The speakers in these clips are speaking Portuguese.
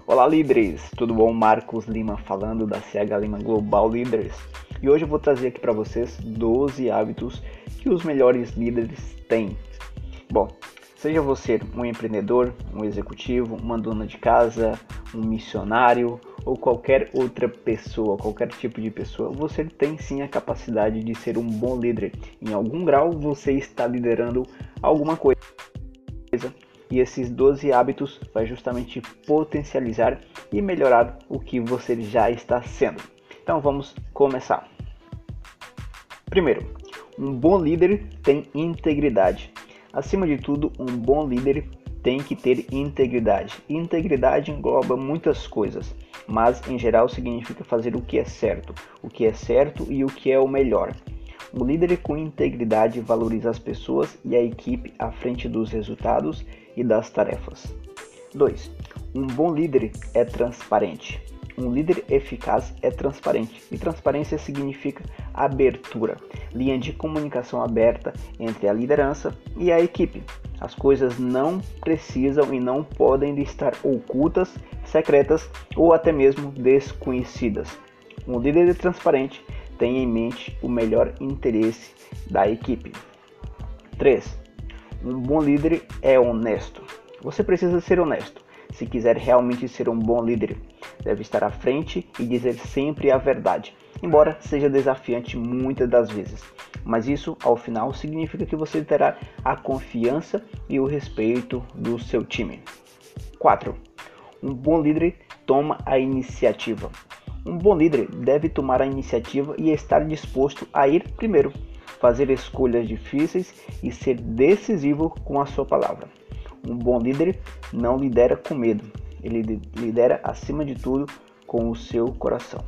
Olá, líderes! Tudo bom? Marcos Lima falando da CH Lima Global Leaders. E hoje eu vou trazer aqui para vocês 12 hábitos que os melhores líderes têm. Bom, seja você um empreendedor, um executivo, uma dona de casa, um missionário ou qualquer outra pessoa, qualquer tipo de pessoa, você tem sim a capacidade de ser um bom líder. Em algum grau você está liderando alguma coisa. E esses 12 hábitos vai justamente potencializar e melhorar o que você já está sendo. Então vamos começar. Primeiro, um bom líder tem integridade. Acima de tudo, um bom líder tem que ter integridade. Integridade engloba muitas coisas, mas em geral significa fazer o que é certo e o que é o melhor. Um líder com integridade valoriza as pessoas e a equipe à frente dos resultados e das tarefas. 2. Um bom líder é transparente. Um líder eficaz é transparente, e transparência significa abertura, linha de comunicação aberta entre a liderança e a equipe. As coisas não precisam e não podem estar ocultas, secretas ou até mesmo desconhecidas. Um líder transparente tem em mente o melhor interesse da equipe. 3. Um bom líder é honesto. Você precisa ser honesto. Se quiser realmente ser um bom líder, deve estar à frente e dizer sempre a verdade, embora seja desafiante muitas das vezes. Mas isso, ao final, significa que você terá a confiança e o respeito do seu time. 4. Um bom líder toma a iniciativa. Um bom líder deve tomar a iniciativa e estar disposto a ir primeiro, fazer escolhas difíceis e ser decisivo com a sua palavra. Um bom líder não lidera com medo, ele lidera acima de tudo com o seu coração.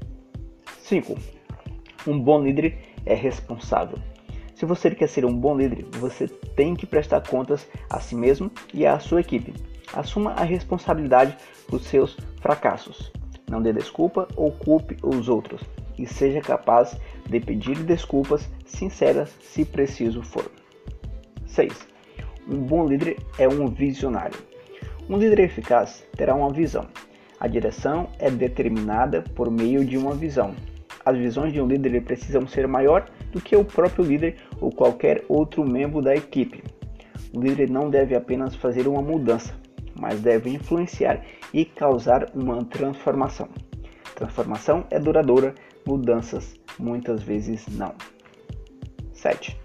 5. Um bom líder é responsável. Se você quer ser um bom líder, você tem que prestar contas a si mesmo e à sua equipe. Assuma a responsabilidade por seus fracassos. Não dê desculpa ou culpe os outros. E seja capaz de pedir desculpas sinceras se preciso for. 6. Um bom líder é um visionário. Um líder eficaz terá uma visão. A direção é determinada por meio de uma visão. As visões de um líder precisam ser maior do que o próprio líder ou qualquer outro membro da equipe. O líder não deve apenas fazer uma mudança, mas deve influenciar e causar uma transformação. Transformação é duradoura, mudanças muitas vezes não. 7.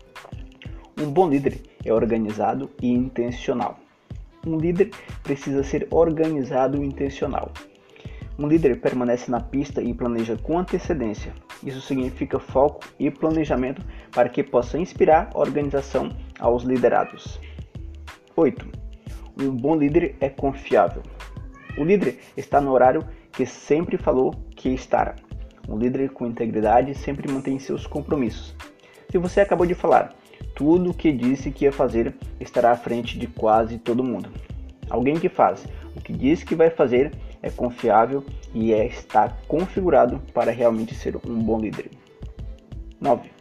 Um bom líder é organizado e intencional. Um líder precisa ser organizado e intencional. Um líder permanece na pista e planeja com antecedência. Isso significa foco e planejamento para que possa inspirar a organização aos liderados. 8. Um bom líder é confiável. O líder está no horário que sempre falou que estará. Um líder com integridade sempre mantém seus compromissos. Se você acabou de falar, tudo o que disse que ia fazer estará à frente de quase todo mundo. Alguém que faz o que diz que vai fazer é confiável e está configurado para realmente ser um bom líder. 9.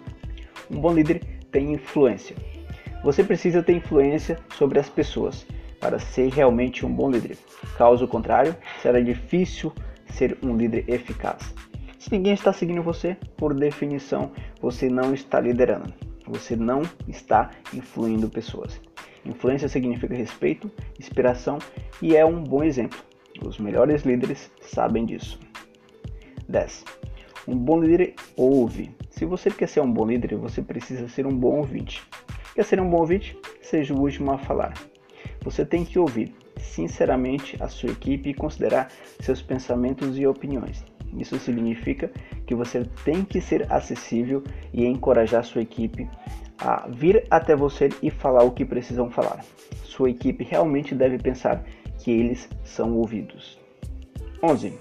Um bom líder tem influência. Você precisa ter influência sobre as pessoas para ser realmente um bom líder. Caso contrário, será difícil ser um líder eficaz. Se ninguém está seguindo você, por definição, você não está liderando. Você não está influindo pessoas. Influência significa respeito, inspiração e é um bom exemplo. Os melhores líderes sabem disso. 10. Um bom líder ouve. Se você quer ser um bom líder, você precisa ser um bom ouvinte. Quer ser um bom ouvinte? Seja o último a falar. Você tem que ouvir sinceramente a sua equipe e considerar seus pensamentos e opiniões. Isso significa que você tem que ser acessível e encorajar sua equipe a vir até você e falar o que precisam falar. Sua equipe realmente deve pensar que eles são ouvidos. 11.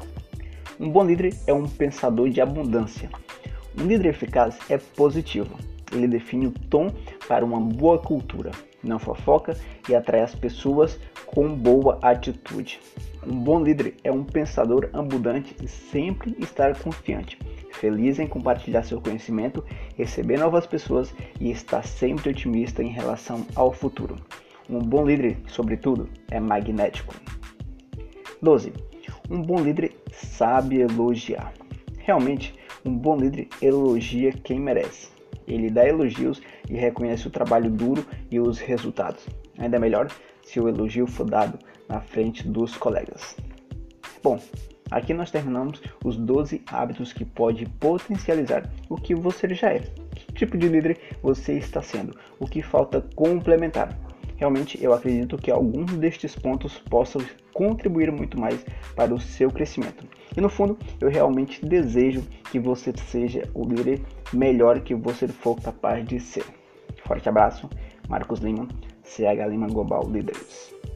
Um bom líder é um pensador de abundância. Um líder eficaz é positivo. Ele define o tom para uma boa cultura, não fofoca e atrai as pessoas com boa atitude. Um bom líder é um pensador abundante e sempre estar confiante, feliz em compartilhar seu conhecimento, receber novas pessoas e estar sempre otimista em relação ao futuro. Um bom líder, sobretudo, é magnético. 12. Um bom líder sabe elogiar. Realmente, um bom líder elogia quem merece. Ele dá elogios e reconhece o trabalho duro e os resultados. Ainda melhor se o elogio for dado na frente dos colegas. Bom, aqui nós terminamos os 12 hábitos que pode potencializar o que você já é. Que tipo de líder você está sendo? O que falta complementar? Realmente eu acredito que alguns destes pontos possam contribuir muito mais para o seu crescimento. E no fundo, eu realmente desejo que você seja o líder melhor que você for capaz de ser. Forte abraço, Marcos Lima, CH Lima Global Leaders.